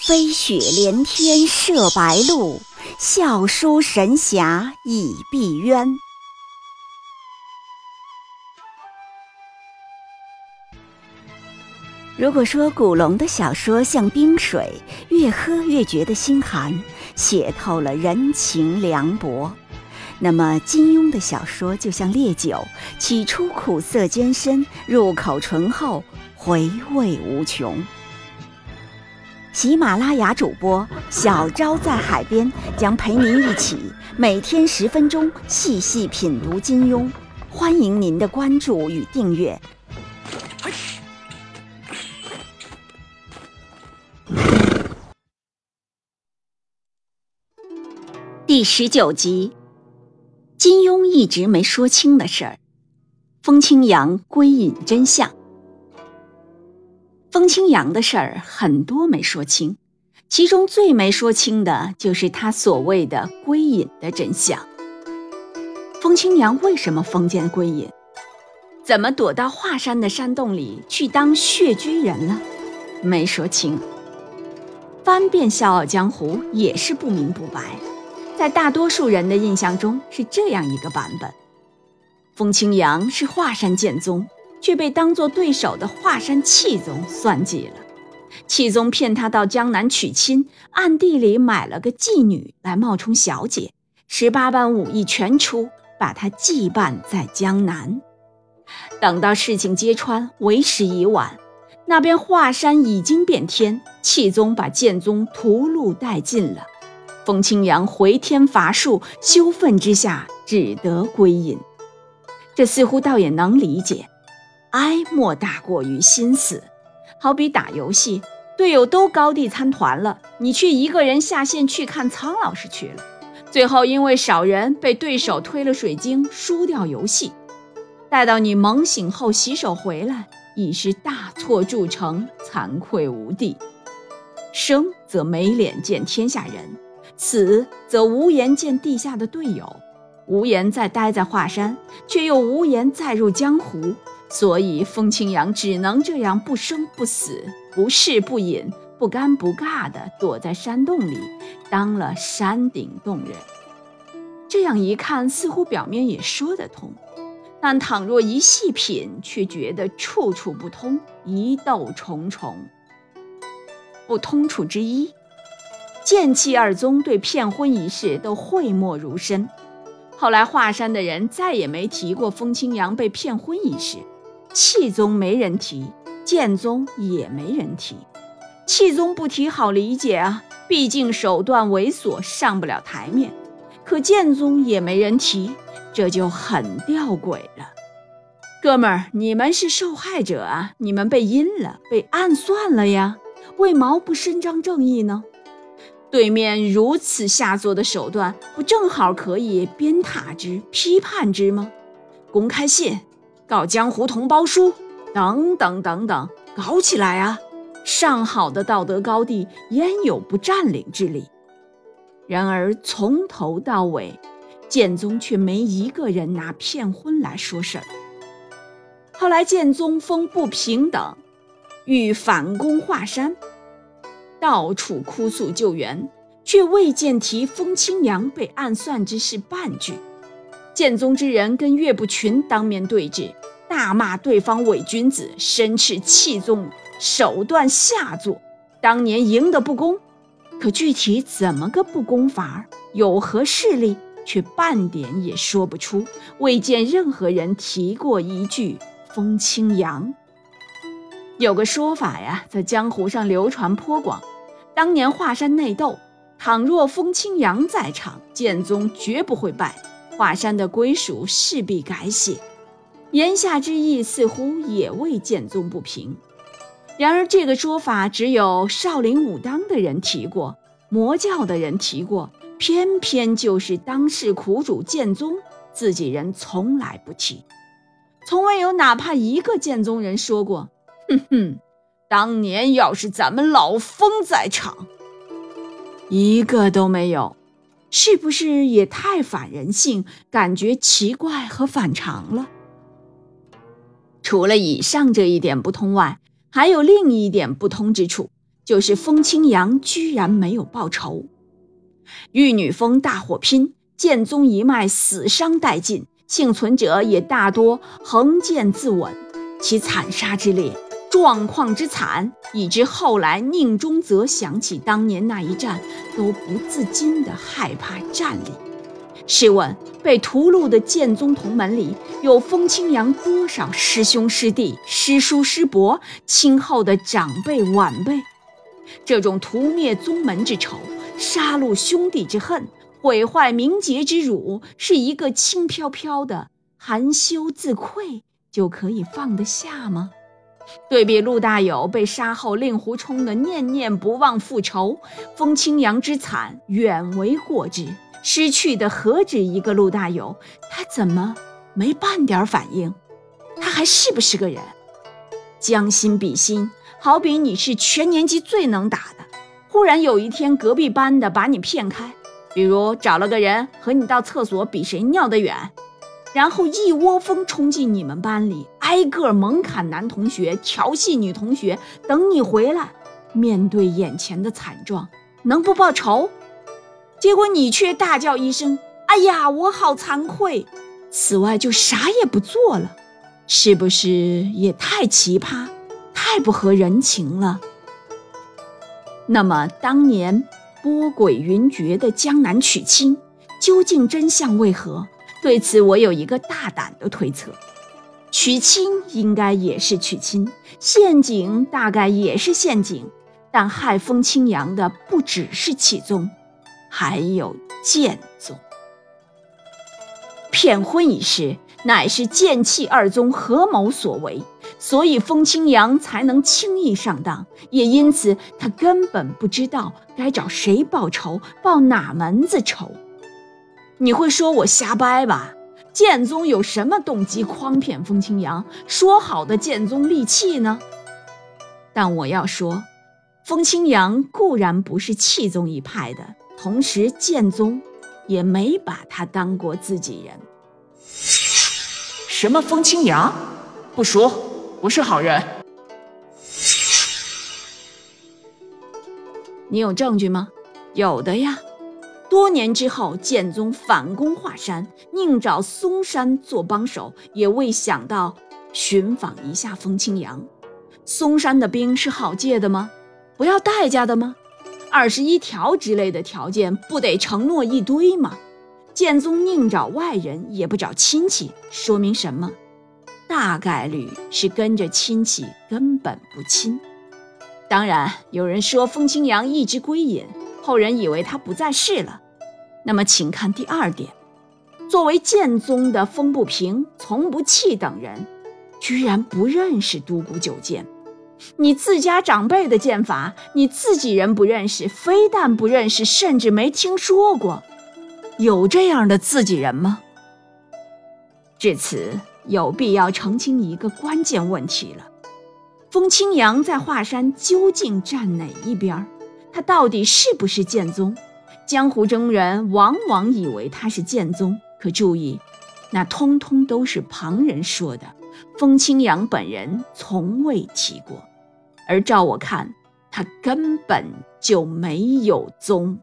飞雪连天射白鹿，笑书神侠倚碧鸳。如果说古龙的小说像冰水，越喝越觉得心寒，写透了人情凉薄，那么金庸的小说就像烈酒，起初苦涩艰深，入口醇厚，回味无穷。喜马拉雅主播小昭在海边将陪您一起每天10分钟细细品读金庸，欢迎您的关注与订阅。第19集，金庸一直没说清的事儿，风清扬归隐真相。风清扬的事儿很多没说清，其中最没说清的就是他所谓的归隐的真相。风清扬为什么封建归隐？怎么躲到华山的山洞里去当穴居人了？没说清。翻遍《笑傲江湖》也是不明不白，在大多数人的印象中是这样一个版本：风清扬是华山剑宗，却被当作对手的华山气宗算计了。气宗骗他到江南娶亲，暗地里买了个妓女来冒充小姐，18般武艺全出，把他羁绊在江南。等到事情揭穿，为时已晚，那边华山已经变天，气宗把剑宗屠戮殆尽了。风清扬回天乏术，羞愤之下只得归隐。这似乎倒也能理解，哀莫大过于心死。好比打游戏，队友都高地参团了，你却一个人下线去看苍老师去了，最后因为少人被对手推了水晶，输掉游戏。待到你猛醒后洗手回来，已是大错铸成，惭愧无地。生则没脸见天下人，死则无颜见地下的队友，无颜再待在华山，却又无颜再入江湖，所以风清扬只能这样不生不死，不嗜不饮，不尴不尬地躲在山洞里，当了山顶洞人。这样一看，似乎表面也说得通，但倘若一细品，却觉得处处不通，疑窦重重。不通处之一，剑气二宗对骗婚一事都讳莫如深，后来华山的人再也没提过风清扬被骗婚一事，气宗没人提，剑宗也没人提。气宗不提好理解啊，毕竟手段猥琐，上不了台面。可剑宗也没人提，这就很吊诡了。哥们儿，你们是受害者啊，你们被阴了，被暗算了呀，为毛不伸张正义呢？对面如此下作的手段，不正好可以鞭挞之、批判之吗？公开信、告江湖同胞书等等等等，搞起来啊！上好的道德高地，焉有不占领之理？然而从头到尾，剑宗却没一个人拿骗婚来说事儿。后来剑宗封不平等，欲反攻华山，到处哭诉救援，却未见提风清扬被暗算之事半句。剑宗之人跟岳不群当面对质，大骂对方伪君子，申斥气宗手段下作，当年赢得不公。可具体怎么个不公法，有何势力，却半点也说不出，未见任何人提过一句风清扬。有个说法呀，在江湖上流传颇广，当年华山内斗，倘若风清扬在场，剑宗绝不会败，华山的归属势必改写。言下之意似乎也为剑宗不平。然而这个说法只有少林武当的人提过，魔教的人提过，偏偏就是当世苦主剑宗自己人从来不提，从未有哪怕一个剑宗人说过，哼哼，当年要是咱们老风在场，一个都没有。是不是也太反人性，感觉奇怪和反常了？除了以上这一点不通外，还有另一点不通之处， 就是风清扬居然没有报仇。玉女峰大火拼，剑宗一脉死伤殆尽，幸存者也大多横剑自刎，其惨杀之烈，状况之惨，以致后来宁中则想起当年那一战，都不自禁地害怕战栗。试问被屠戮的剑宗同门里，有风清扬多少师兄师弟、师叔师伯、亲厚的长辈晚辈？这种屠灭宗门之仇，杀戮兄弟之恨，毁坏名节之辱，是一个轻飘飘的含羞自愧就可以放得下吗？对比陆大友被杀后令狐冲的念念不忘复仇，风清扬之惨远为过之，失去的何止一个陆大友，他怎么没半点反应？他还是不是个人？将心比心，好比你是全年级最能打的，忽然有一天隔壁班的把你骗开，比如找了个人和你到厕所比谁尿得远，然后一窝蜂冲进你们班里，挨个猛砍男同学，调戏女同学，等你回来，面对眼前的惨状，能不报仇？结果你却大叫一声，哎呀，我好惭愧，此外就啥也不做了，是不是也太奇葩，太不合人情了？那么当年波诡云谲的江南娶亲，究竟真相为何？对此我有一个大胆的推测，娶亲应该也是娶亲，陷阱大概也是陷阱，但害风清扬的不只是气宗，还有剑宗。骗婚一事乃是剑气二宗合谋所为，所以风清扬才能轻易上当，也因此他根本不知道该找谁报仇，报哪门子仇。你会说我瞎掰吧？剑宗有什么动机诓骗风清扬？说好的剑宗利器呢？但我要说，风清扬固然不是气宗一派的，同时剑宗也没把他当过自己人。 什么风清扬？不说，不是好人。 你有证据吗？有的呀。多年之后，剑宗反攻华山，宁找嵩山做帮手，也未想到寻访一下风清扬。嵩山的兵是好借的吗？不要代价的吗？21条之类的条件不得承诺一堆吗？剑宗宁找外人也不找亲戚，说明什么？大概率是跟着亲戚根本不亲。当然，有人说风清扬一直归隐，后人以为他不在世了。那么请看第二点，作为剑宗的风不平、从不弃等人，居然不认识独孤九剑。你自家长辈的剑法，你自己人不认识，非但不认识，甚至没听说过。有这样的自己人吗？至此，有必要澄清一个关键问题了。风清扬在华山究竟站哪一边？他到底是不是剑宗？江湖中人往往以为他是剑宗，可注意，那通通都是旁人说的，风清扬本人从未提过。而照我看，他根本就没有宗。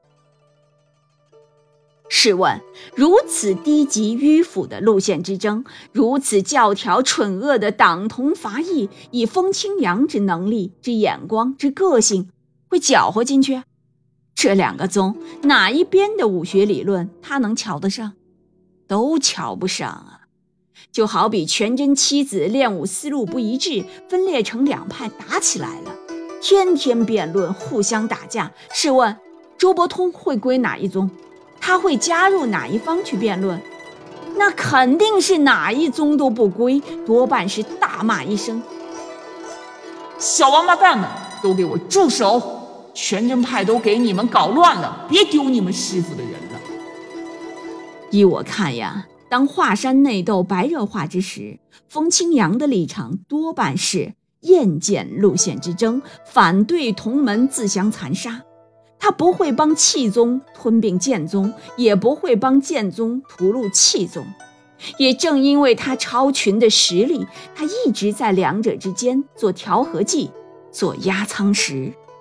试问，如此低级迂腐的路线之争，如此教条蠢恶的党同伐异，以风清扬之能力、之眼光、之个性，会搅和进去？这两个宗哪一边的武学理论他能瞧得上？都瞧不上啊！就好比全真七子练武思路不一致，分裂成两派打起来了，天天辩论，互相打架。试问周伯通会归哪一宗？他会加入哪一方去辩论？那肯定是哪一宗都不归，多半是大骂一声： 小王八蛋们，都给我住手！全真派都给你们搞乱了，别丢你们师傅的人了。 依我看呀，当华山内斗白热化之时，风清扬的立场多半是厌剑路线之争，反对同门自相残杀。他不会帮气宗吞并剑宗，也不会帮剑宗屠戮气宗。也正因为他超群的实力，他一直在两者之间做调和剂，做压舱石。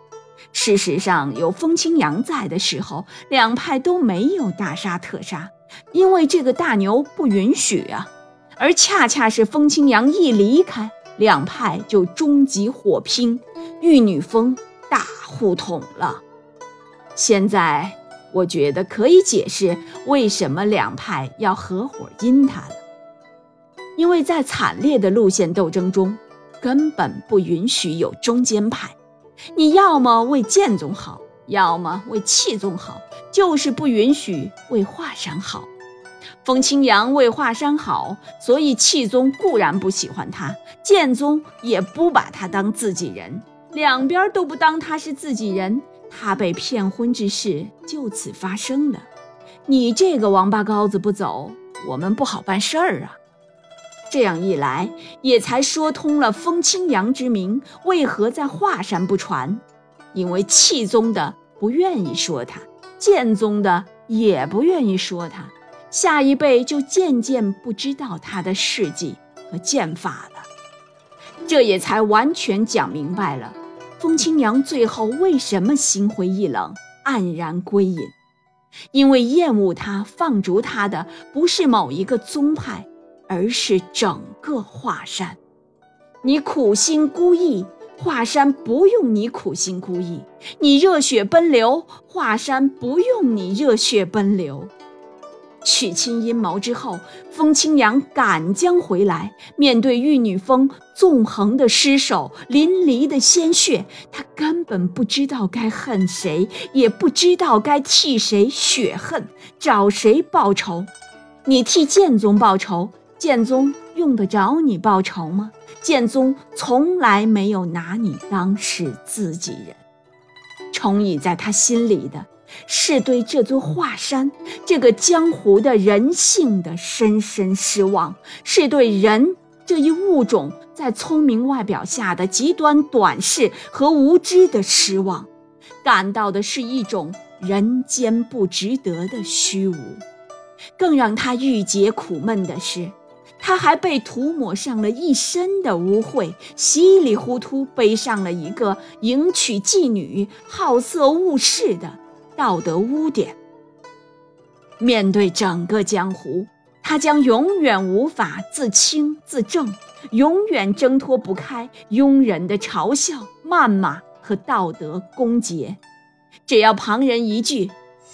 事实上，有风清扬在的时候，两派都没有大杀特杀，因为这个大牛不允许啊。而恰恰是风清扬一离开，两派就终极火拼，玉女峰大互捅了。现在我觉得可以解释为什么两派要合伙阴他了，因为在惨烈的路线斗争中，根本不允许有中间派。你要么为剑宗好，要么为气宗好，就是不允许为华山好。风清扬为华山好，所以气宗固然不喜欢他，剑宗也不把他当自己人，两边都不当他是自己人，他被骗婚之事就此发生了。你这个王八羔子不走，我们不好办事儿啊。这样一来，也才说通了风清扬之名为何在华山不传，因为气宗的不愿意说他，剑宗的也不愿意说他，下一辈就渐渐不知道他的事迹和剑法了。这也才完全讲明白了风清扬最后为什么心灰意冷，黯然归隐，因为厌恶他、放逐他的不是某一个宗派，而是整个华山。你苦心孤诣，华山不用你苦心孤诣；你热血奔流，华山不用你热血奔流。娶亲阴谋之后，风清扬赶将回来，面对玉女峰纵横的尸首、淋漓的鲜血，他根本不知道该恨谁，也不知道该替谁雪恨，找谁报仇。你替剑宗报仇，剑宗用得着你报仇吗？剑宗从来没有拿你当是自己人，充溢在他心里的是对这座华山、这个江湖的人性的深深失望，是对人这一物种在聪明外表下的极端短视和无知的失望，感到的是一种人间不值得的虚无。更让他郁结苦闷的是，他还被涂抹上了一身的污秽，稀里糊涂背上了一个迎娶妓女、好色误事的道德污点。面对整个江湖，他将永远无法自清自正，永远挣脱不开庸人的嘲笑、谩骂和道德攻讦。只要旁人一句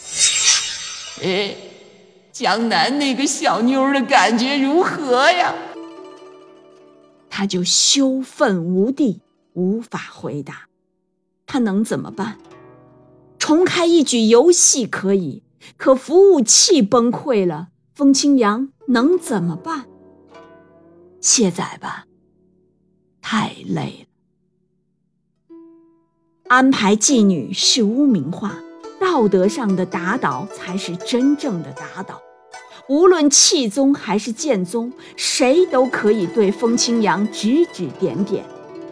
江南那个小妞的感觉如何呀？ 他就羞愤无地，无法回答。他能怎么办？重开一局游戏可以，可服务器崩溃了，风清扬能怎么办？卸载吧，太累了。安排妓女是污名化，道德上的打倒才是真正的打倒。无论气宗还是剑宗，谁都可以对风清扬指指点点。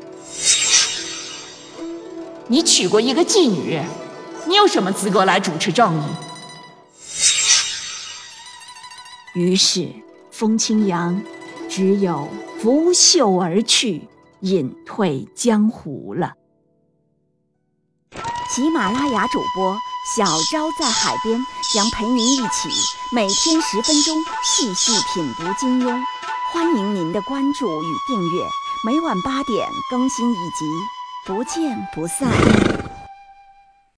你娶过一个妓女，你有什么资格来主持正义？ 于是风清扬只有拂袖而去，隐退江湖了。 喜马拉雅主播小昭在海边将陪您一起每天10分钟细细品读金庸，欢迎您的关注与订阅，每晚8点更新一集，不见不散。